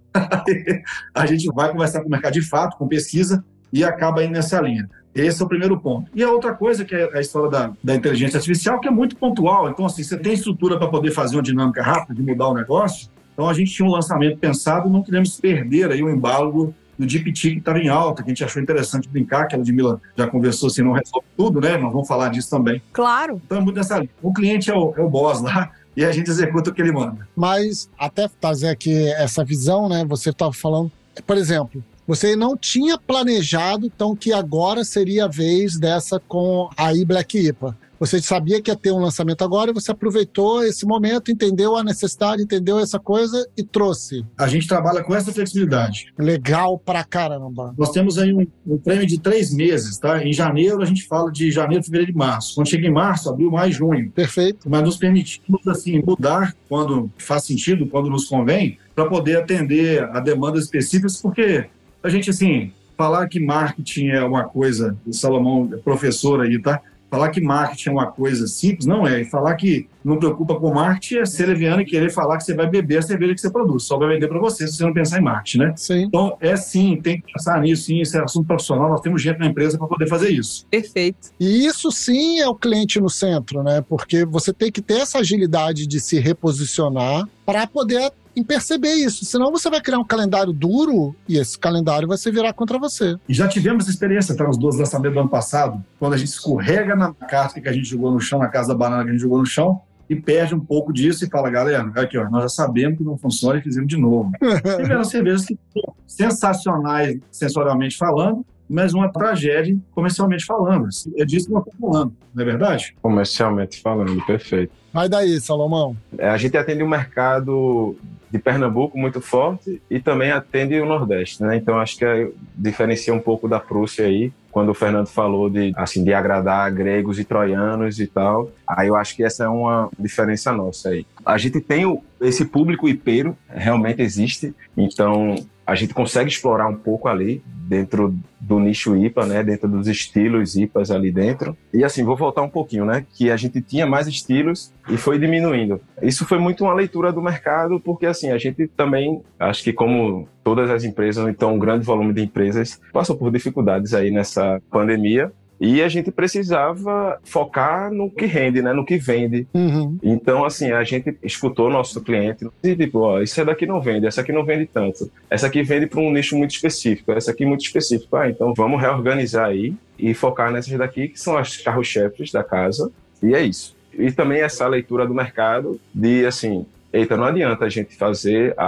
A gente vai conversar com o mercado de fato, com pesquisa, e acaba indo nessa linha. Esse é o primeiro ponto. E a outra coisa, que é a história da inteligência artificial, que é muito pontual. Então, assim, você tem estrutura para poder fazer uma dinâmica rápida, de mudar o negócio. Então, a gente tinha um lançamento pensado, não queremos perder aí o embalo do DeepT que estava em alta, que a gente achou interessante brincar, que a Ludmila já conversou, assim, não resolve tudo, né? Nós vamos falar disso também. Claro. Então, é muito nessa linha. O cliente é o boss lá e a gente executa o que ele manda. Mas, até trazer aqui essa visão, né? Você estava falando, por exemplo, você não tinha planejado, então, que agora seria a vez dessa com a Black IPA. Você sabia que ia ter um lançamento agora e você aproveitou esse momento, entendeu a necessidade, entendeu essa coisa e trouxe. A gente trabalha com essa flexibilidade. Legal pra caramba. Nós temos aí um prêmio de 3 meses, tá? Em janeiro, a gente fala de janeiro, fevereiro e março. Quando chega em março, abril, maio, junho. Perfeito. Mas nos permitimos, assim, mudar quando faz sentido, quando nos convém, para poder atender a demandas específicas, porque a gente, assim, falar que marketing é uma coisa, o Salomão é professor aí, tá? Falar que marketing é uma coisa simples, não é. E falar que não preocupa com marketing é ser leviano e querer falar que você vai beber a cerveja que você produz. Só vai vender para você se você não pensar em marketing, né? Sim. Então, sim, tem que pensar nisso, sim, esse é assunto profissional, nós temos gente na empresa para poder fazer isso. Perfeito. E isso sim é o cliente no centro, né? Porque você tem que ter essa agilidade de se reposicionar para poder perceber isso. Senão você vai criar um calendário duro e esse calendário vai se virar contra você. E já tivemos essa experiência, tá? Nos 12 lançamentos do ano passado, quando a gente escorrega na casca que a gente jogou no chão, na casa da banana que a gente jogou no chão, e perde um pouco disso e fala, galera, aqui, ó, nós já sabemos que não funciona e fizemos de novo. Tiveram cervejas que foram sensacionais sensorialmente falando, mas uma tragédia comercialmente falando. É disso que nós estamos falando, não é verdade? Comercialmente falando, perfeito. Vai daí, Salomão. A gente atende um mercado de Pernambuco muito forte e também atende o Nordeste, né? Então acho que diferencia um pouco da Prússia aí, quando o Fernando falou de agradar gregos e troianos e tal. Aí eu acho que essa é uma diferença nossa aí. A gente tem esse público ipeiro, realmente existe, então a gente consegue explorar um pouco ali dentro do nicho IPA, né, dentro dos estilos IPAs ali dentro. E assim, vou voltar um pouquinho, né, que a gente tinha mais estilos e foi diminuindo. Isso foi muito uma leitura do mercado, porque assim, a gente também, acho que como todas as empresas, então um grande volume de empresas, passou por dificuldades aí nessa pandemia. E a gente precisava focar no que rende, né? No que vende. Uhum. Então, assim, a gente escutou o nosso cliente e tipo, ó, isso daqui não vende, essa aqui não vende tanto. Essa aqui vende para um nicho muito específico, essa aqui muito específico. Então vamos reorganizar aí e focar nessas daqui, que são as carro-chefes da casa. E é isso. E também essa leitura do mercado de, assim, eita, não adianta a gente fazer a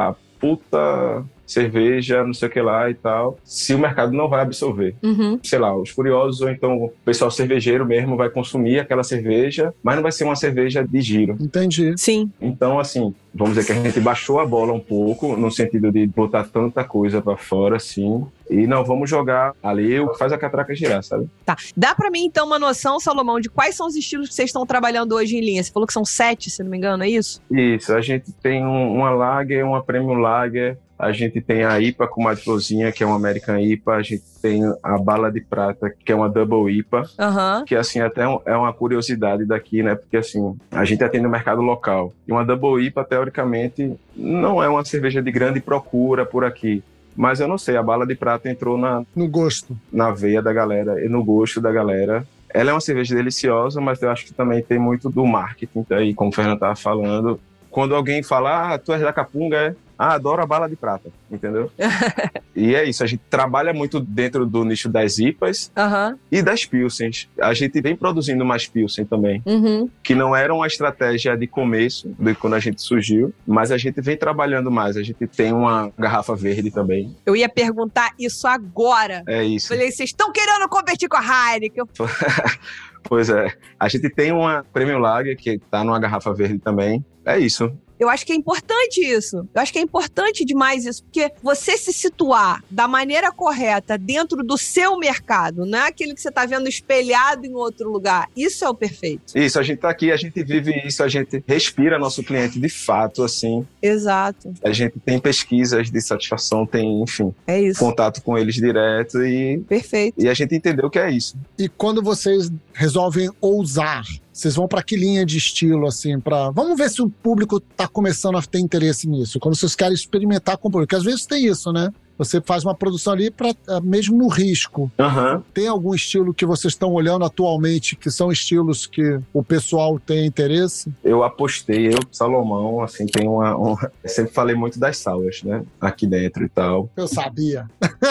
puta cerveja, não sei o que lá e tal, se o mercado não vai absorver. Sei lá, os curiosos ou então o pessoal cervejeiro mesmo vai consumir aquela cerveja, mas não vai ser uma cerveja de giro. Entendi. Sim. Então, assim, vamos dizer que a gente baixou a bola um pouco, no sentido de botar tanta coisa pra fora, assim, e não vamos jogar ali o que faz a catraca girar, sabe? Tá. Dá pra mim, então, uma noção, Salomão, de quais são os estilos que vocês estão trabalhando hoje em linha? Você falou que são 7, se não me engano, é isso? Isso, a gente tem uma Lager, uma Premium Lager, a gente tem a IPA com uma florzinha, que é uma American IPA, a gente tem a Bala de Prata, que é uma Double IPA, que assim, até é uma curiosidade daqui, né, porque assim, a gente atende o mercado local, e uma Double IPA, teoricamente, não é uma cerveja de grande procura por aqui, mas eu não sei, a Bala de Prata entrou no gosto, na veia da galera, e no gosto da galera. Ela é uma cerveja deliciosa, mas eu acho que também tem muito do marketing, aí, como o Fernando estava falando, quando alguém fala, tu és da Capunga, adoro a Bala de Prata, entendeu? E é isso, a gente trabalha muito dentro do nicho das IPAs e das Pilsens. A gente vem produzindo mais Pilsen também, que não era uma estratégia de começo, de quando a gente surgiu, mas a gente vem trabalhando mais. A gente tem uma garrafa verde também. Eu ia perguntar isso agora. É isso. Falei, vocês estão querendo competir com a Heineken? Pois é. A gente tem uma Premium Lager que tá numa garrafa verde também. É isso. Eu acho que é importante isso. Eu acho que é importante demais isso, porque você se situar da maneira correta dentro do seu mercado, não é aquele que você está vendo espelhado em outro lugar. Isso é o perfeito. Isso, a gente tá aqui, a gente vive isso, a gente respira nosso cliente de fato, assim. Exato. A gente tem pesquisas de satisfação, tem, enfim, é isso. Contato com eles direto e... Perfeito. E a gente entendeu que é isso. E quando vocês resolvem ousar, vocês vão para que linha de estilo, assim, para... Vamos ver se o público tá começando a ter interesse nisso. Quando vocês querem experimentar com o público. Porque às vezes tem isso, né? Você faz uma produção ali mesmo no risco. Tem algum estilo que vocês estão olhando atualmente que são estilos que o pessoal tem interesse? Eu apostei, Salomão, assim, tem eu sempre falei muito das sours, né? Aqui dentro e tal. Eu sabia.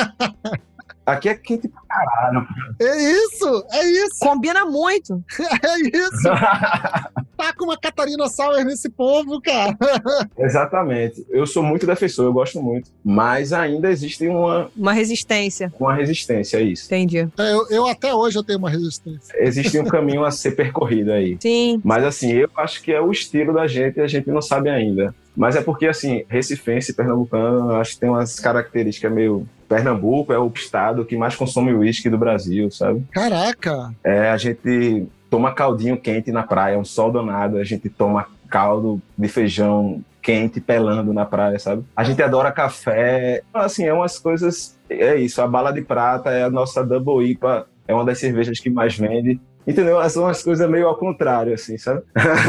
Aqui é quente pra caralho. É isso. Combina muito. É isso. Tá com uma Catarina Sour nesse povo, cara. Exatamente. Eu sou muito defensor, eu gosto muito. Mas ainda existe uma resistência. Uma resistência, é isso. Entendi. Eu até hoje eu tenho uma resistência. Existe um caminho a ser percorrido aí. Sim. Mas assim, eu acho que é o estilo da gente e a gente não sabe ainda. Mas é porque, assim, recifense, pernambucano, eu acho que tem umas características meio... Pernambuco é o estado que mais consome uísque do Brasil, sabe? Caraca! A gente toma caldinho quente na praia, um sol danado, a gente toma caldo de feijão quente pelando na praia, sabe? A gente adora café, assim, é umas coisas... É isso, a Bala de Prata é a nossa Double IPA, é uma das cervejas que mais vende. Entendeu? São umas coisas meio ao contrário, assim, sabe?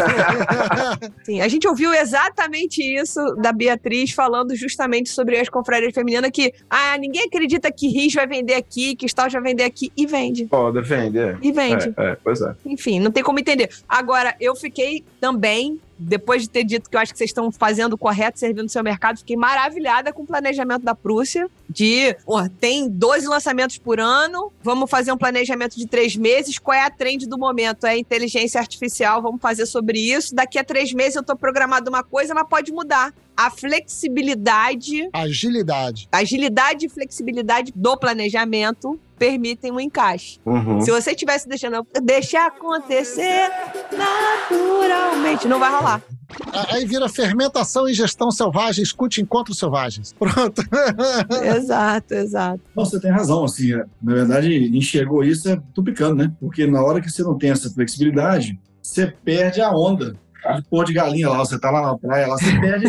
Sim, a gente ouviu exatamente isso da Beatriz falando justamente sobre as confrarias femininas que ninguém acredita que Riz vai vender aqui, que Stout vai vender aqui, e vende. Vende, E vende. Pois é. Enfim, não tem como entender. Agora, eu fiquei também... Depois de ter dito que eu acho que vocês estão fazendo o correto, servindo o seu mercado, fiquei maravilhada com o planejamento da Prússia, tem 12 lançamentos por ano, vamos fazer um planejamento de 3 meses, qual é a trend do momento? É inteligência artificial, vamos fazer sobre isso, daqui a 3 meses eu estou programado uma coisa, mas pode mudar. A flexibilidade... Agilidade e flexibilidade do planejamento permitem um encaixe. Se você estivesse deixar acontecer naturalmente, não vai rolar. Aí vira fermentação e gestão selvagem, escute encontros selvagens. Pronto. Exato. Não, você tem razão, assim, na verdade, enxergou isso tupicando, né? Porque na hora que você não tem essa flexibilidade, você perde a onda. De pôr de galinha lá, você tá lá na praia, lá você perde.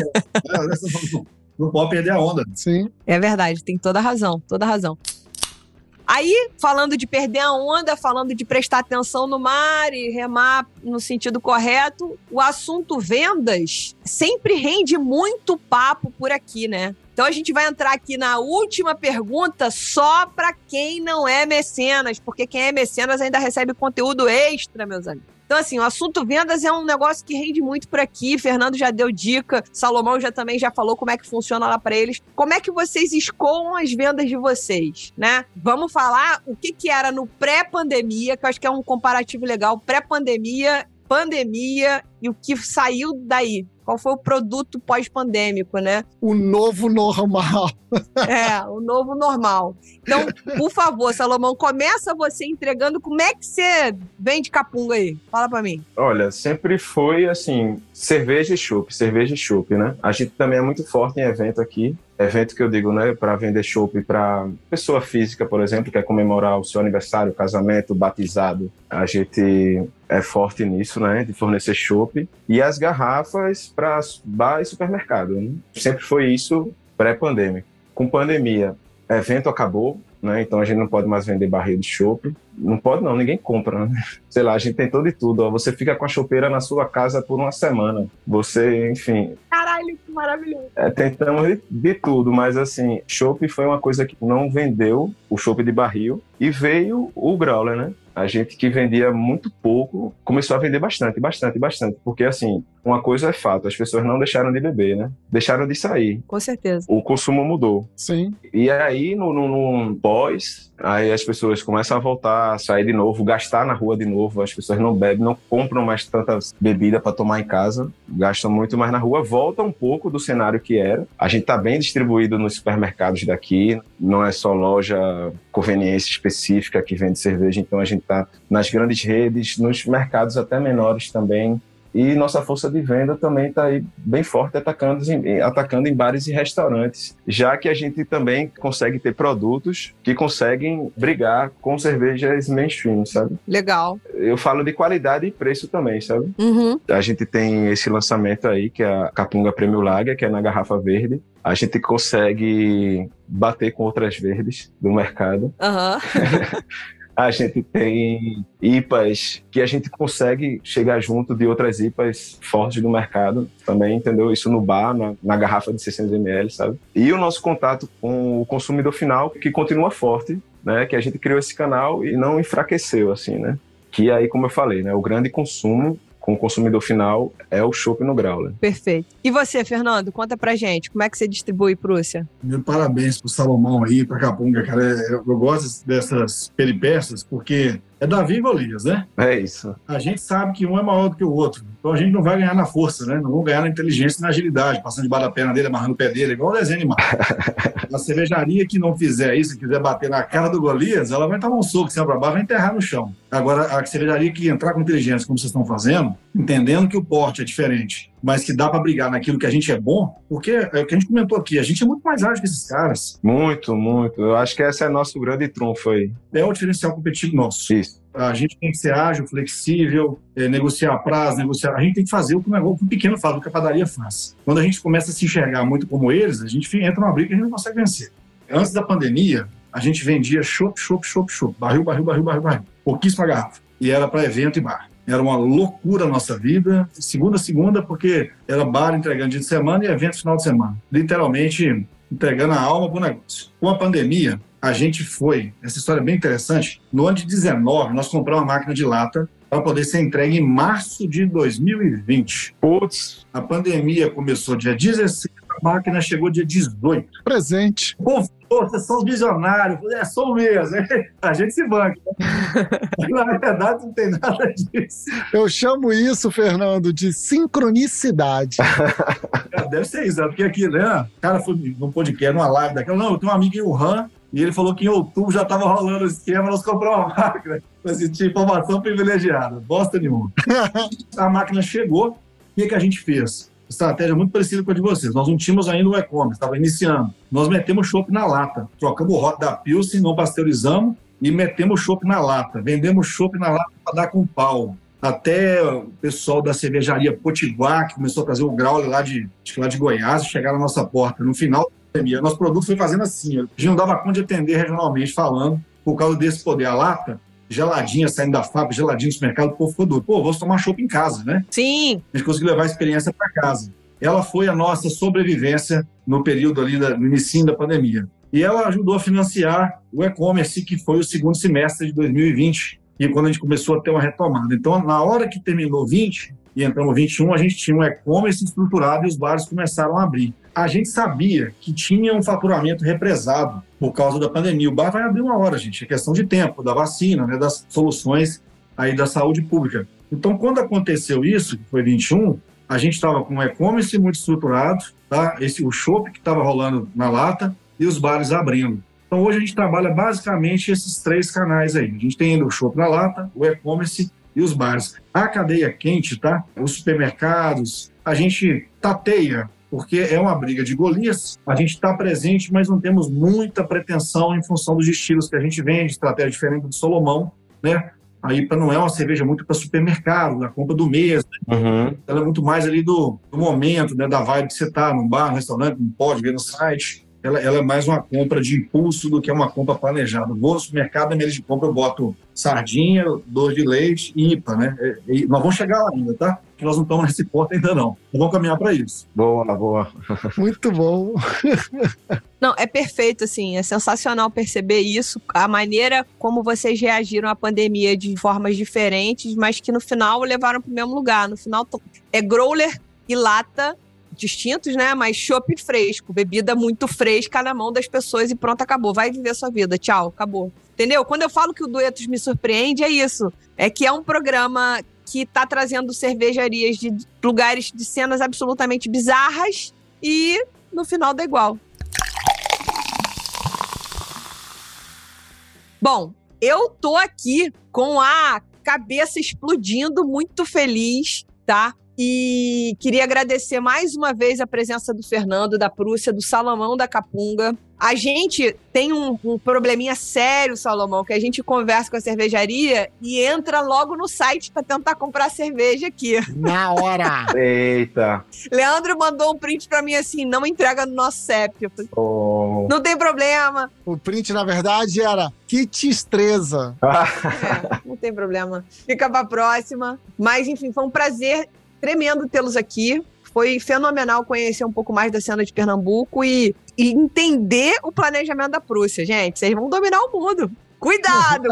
Não pode perder a onda. Sim. É verdade, tem toda a razão. Aí, falando de perder a onda, falando de prestar atenção no mar e remar no sentido correto, o assunto vendas sempre rende muito papo por aqui, né? Então a gente vai entrar aqui na última pergunta só para quem não é mecenas, porque quem é mecenas ainda recebe conteúdo extra, meus amigos. Então, assim, o assunto vendas é um negócio que rende muito por aqui. Fernando já deu dica, Salomão também já falou como é que funciona lá para eles. Como é que vocês escoam as vendas de vocês, né? Vamos falar o que era no pré-pandemia, que eu acho que é um comparativo legal. Pré-pandemia, pandemia e o que saiu daí. Qual foi o produto pós-pandêmico, né? O novo normal. O novo normal. Então, por favor, Salomão, começa você entregando como é que você vende capunga aí. Fala pra mim. Olha, sempre foi assim, cerveja e chopp, né? A gente também é muito forte em evento aqui. Evento que eu digo, né, para vender chopp para pessoa física, por exemplo, que quer comemorar o seu aniversário, casamento, batizado. A gente é forte nisso, né, de fornecer chopp. E as garrafas para bar e supermercado, né? Sempre foi isso pré-pandêmico. Com pandemia, evento acabou, né? Então a gente não pode mais vender barril de chopp. Não pode não, ninguém compra, né? Sei lá, a gente tentou de tudo. Ó. Você fica com a chopeira na sua casa por uma semana. Você, enfim... Caralho, que maravilhoso. Tentamos de tudo, mas assim, chopp foi uma coisa que não vendeu, o chopp de barril, e veio o growler, né? A gente que vendia muito pouco começou a vender bastante, porque assim, uma coisa é fato, as pessoas não deixaram de beber, né? Deixaram de sair. Com certeza. O consumo mudou. Sim. E aí, no pós, aí as pessoas começam a voltar, a sair de novo, gastar na rua de novo, as pessoas não bebem, não compram mais tanta bebida para tomar em casa, gastam muito mais na rua, volta um pouco do cenário que era. A gente está bem distribuído nos supermercados daqui, não é só loja conveniência específica que vende cerveja, então a gente está nas grandes redes, nos mercados até menores também. E nossa força de venda também está aí bem forte, atacando em bares e restaurantes, já que a gente também consegue ter produtos que conseguem brigar com cervejas mainstream, sabe? Legal. Eu falo de qualidade e preço também, sabe? Uhum. A gente tem esse lançamento aí, que é a Capunga Premium Lager, que é na garrafa verde. A gente consegue bater com outras verdes do mercado. Aham. A gente tem IPAs que a gente consegue chegar junto de outras IPAs fortes do mercado também, entendeu? Isso no bar, na garrafa de 600 ml, sabe? E o nosso contato com o consumidor final, que continua forte, né? Que a gente criou esse canal e não enfraqueceu, assim, né? Que aí, como eu falei, né? O grande consumo com o consumidor final é o chopp no growler. Perfeito. E você, Fernando, conta pra gente, como é que você distribui Prússia? Meu parabéns pro Salomão aí, pra Capunga, cara. Eu gosto dessas peripécias porque é Davi e Golias, né? É isso. A gente sabe que um é maior do que o outro. Então a gente não vai ganhar na força, né? Não vamos ganhar na inteligência e na agilidade, passando debaixo da perna dele, amarrando o pé dele, igual o desenho animado. A cervejaria que não fizer isso, quiser bater na cara do Golias, ela vai tomar um soco, cima pra baixo, vai enterrar no chão. Agora, a cervejaria que entrar com inteligência, como vocês estão fazendo, entendendo que o porte é diferente, mas que dá para brigar naquilo que a gente é bom, porque é o que a gente comentou aqui, a gente é muito mais ágil que esses caras. Muito, muito. Eu acho que esse é nosso grande trunfo aí. É o diferencial competitivo nosso. Isso. A gente tem que ser ágil, flexível, negociar prazo, negociar. A gente tem que fazer o que o pequeno faz, o que a padaria faz. Quando a gente começa a se enxergar muito como eles, a gente entra numa briga que a gente não consegue vencer. Antes da pandemia, a gente vendia chopp, barril, pouquíssima garrafa. E era para evento e bar. Era uma loucura a nossa vida, segunda a segunda, porque era bar entregando dia de semana e evento final de semana. Literalmente entregando a alma para o negócio. Com a pandemia, a gente foi, essa história é bem interessante, no ano de 19, nós compramos uma máquina de lata para poder ser entregue em março de 2020. Putz. A pandemia começou dia 16, a máquina chegou dia 18. Presente. Pô, vocês são os visionários. Sou mesmo. A gente se banca. Na verdade, não tem nada disso. Eu chamo isso, Fernando, de sincronicidade. Deve ser isso, porque aqui, né? O cara foi num podcast, numa live daquela. Não, eu tenho um amigo em Wuhan e ele falou que em outubro já estava rolando o esquema, nós compramos uma máquina. Assim, tinha informação privilegiada. Bosta nenhuma. A máquina chegou, o que a gente fez? Estratégia muito parecida com a de vocês. Nós não tínhamos ainda o e-commerce, estava iniciando. Nós metemos chopp na lata. Trocamos o rótulo da Pilsen, não pasteurizamos e metemos chopp na lata. Vendemos chopp na lata para dar com pau. Até o pessoal da cervejaria Potiguar, que começou a trazer o growler lá de Goiás, chegaram na nossa porta. No final da pandemia, nosso produto foi fazendo assim. A gente não dava conta de atender regionalmente falando, por causa desse poder. A lata, geladinha, saindo da fábrica, geladinha no supermercado, o povo ficou doido. Pô, vamos tomar chopp em casa, né? Sim. A gente conseguiu levar a experiência para casa. Ela foi a nossa sobrevivência no período ali, no início da pandemia. E ela ajudou a financiar o e-commerce, que foi o segundo semestre de 2020, e quando a gente começou a ter uma retomada. Então, na hora que terminou 20 e entramos 21, a gente tinha um e-commerce estruturado e os bares começaram a abrir. A gente sabia que tinha um faturamento represado por causa da pandemia. O bar vai abrir uma hora, gente. É questão de tempo, da vacina, né, das soluções aí da saúde pública. Então, quando aconteceu isso, que foi 21, a gente estava com um e-commerce muito estruturado, tá? O chopp que estava rolando na lata e os bares abrindo. Então, hoje a gente trabalha basicamente esses 3 canais aí. A gente tem ainda o chopp na lata, o e-commerce e os bares. A cadeia quente, tá? Os supermercados, a gente tateia, porque é uma briga de Golias. A gente está presente, mas não temos muita pretensão em função dos estilos que a gente vende, estratégia diferente do Salomão, né? Aí não é uma cerveja muito para supermercado, da compra do mês. Né? Uhum. Ela é muito mais ali do momento, né? Da vibe que você está, num bar, num restaurante, não pode ver no site. Ela é mais uma compra de impulso do que uma compra planejada. Vou no supermercado, na mesa de compra eu boto sardinha, doce de leite e IPA, né? E nós vamos chegar lá ainda, tá? Que nós não estamos nesse ponto ainda não. Nós vamos caminhar para isso. Boa. Muito bom. Não, é perfeito, assim, é sensacional perceber isso, a maneira como vocês reagiram à pandemia de formas diferentes, mas que no final levaram para o mesmo lugar. No final é growler e lata distintos, né? Mas chopp fresco, bebida muito fresca na mão das pessoas e pronto, acabou. Vai viver sua vida, tchau, acabou. Entendeu? Quando eu falo que o Duetos me surpreende, é isso. É que é um programa que está trazendo cervejarias de lugares, de cenas absolutamente bizarras e no final dá igual. Bom, eu tô aqui com a cabeça explodindo, muito feliz, tá? E queria agradecer mais uma vez a presença do Fernando, da Prússia, do Salomão da Capunga. A gente tem um probleminha sério, Salomão, que a gente conversa com a cervejaria e entra logo no site para tentar comprar cerveja aqui. Na hora! Eita! Leandro mandou um print para mim assim, não entrega no nosso CEP. Eu falei, não tem problema. O print, na verdade, era que destreza. Não tem problema. Fica pra próxima. Mas, enfim, foi um prazer tremendo tê-los aqui. Foi fenomenal conhecer um pouco mais da cena de Pernambuco e entender o planejamento da Prússia. Gente, vocês vão dominar o mundo. Cuidado!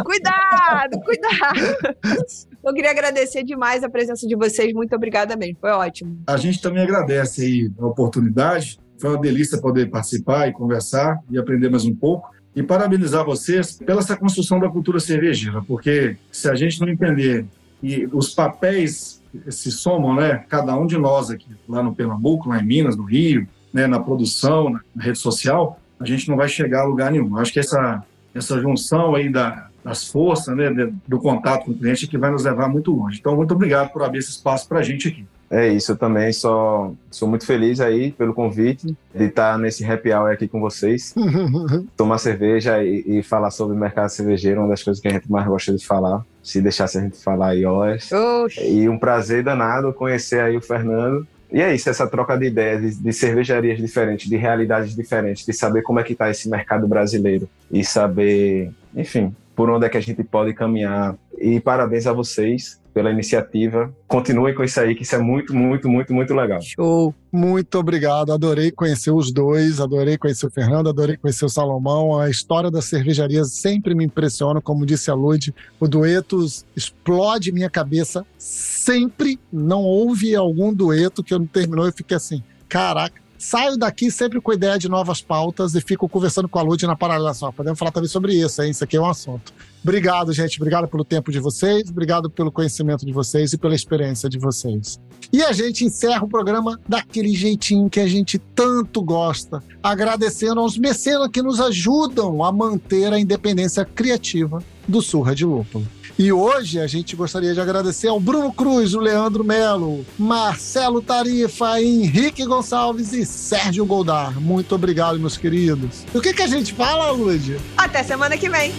Eu queria agradecer demais a presença de vocês. Muito obrigada mesmo. Foi ótimo. A gente também agradece aí a oportunidade. Foi uma delícia poder participar e conversar e aprender mais um pouco. E parabenizar vocês pela essa construção da cultura cervejeira, porque se a gente não entender que os papéis se somam, né? Cada um de nós aqui, lá no Pernambuco, lá em Minas, no Rio, né? Na produção, na rede social, a gente não vai chegar a lugar nenhum. Acho que essa junção aí das forças, né? Do contato com o cliente que vai nos levar muito longe. Então, muito obrigado por abrir esse espaço para a gente aqui. É isso, eu também sou muito feliz aí pelo convite de estar nesse happy hour aqui com vocês, tomar cerveja e falar sobre o mercado cervejeiro, uma das coisas que a gente mais gosta de falar, se deixasse a gente falar aí horas. E um prazer danado conhecer aí o Fernando. E é isso, essa troca de ideias, de cervejarias diferentes, de realidades diferentes, de saber como é que está esse mercado brasileiro e saber, enfim, por onde é que a gente pode caminhar. E parabéns a vocês pela iniciativa. Continuem com isso aí, que isso é muito, muito, muito, muito legal. Show! Muito obrigado. Adorei conhecer os dois, adorei conhecer o Fernando, adorei conhecer o Salomão. A história da cervejaria sempre me impressiona, como disse a Lud. O Duetos explode minha cabeça sempre. Não houve algum dueto que eu não terminou e fiquei assim, caraca. Saio daqui sempre com ideia de novas pautas e fico conversando com a Lud na paralela só. Podemos falar também sobre isso, hein? Isso aqui é um assunto. Obrigado, gente. Obrigado pelo tempo de vocês, obrigado pelo conhecimento de vocês e pela experiência de vocês. E a gente encerra o programa daquele jeitinho que a gente tanto gosta, agradecendo aos mecenas que nos ajudam a manter a independência criativa do Surra de Lúpulo. E hoje a gente gostaria de agradecer ao Bruno Cruz, o Leandro Melo, Marcelo Tarifa, Henrique Gonçalves e Sérgio Goldar. Muito obrigado, meus queridos. E o que a gente fala, Lud? Até semana que vem.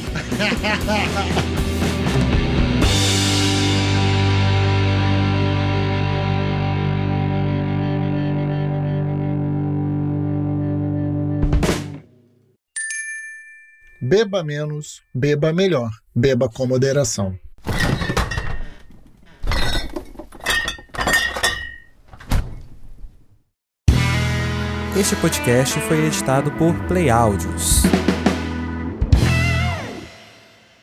Beba menos, beba melhor. Beba com moderação. Este podcast foi editado por Play Áudios.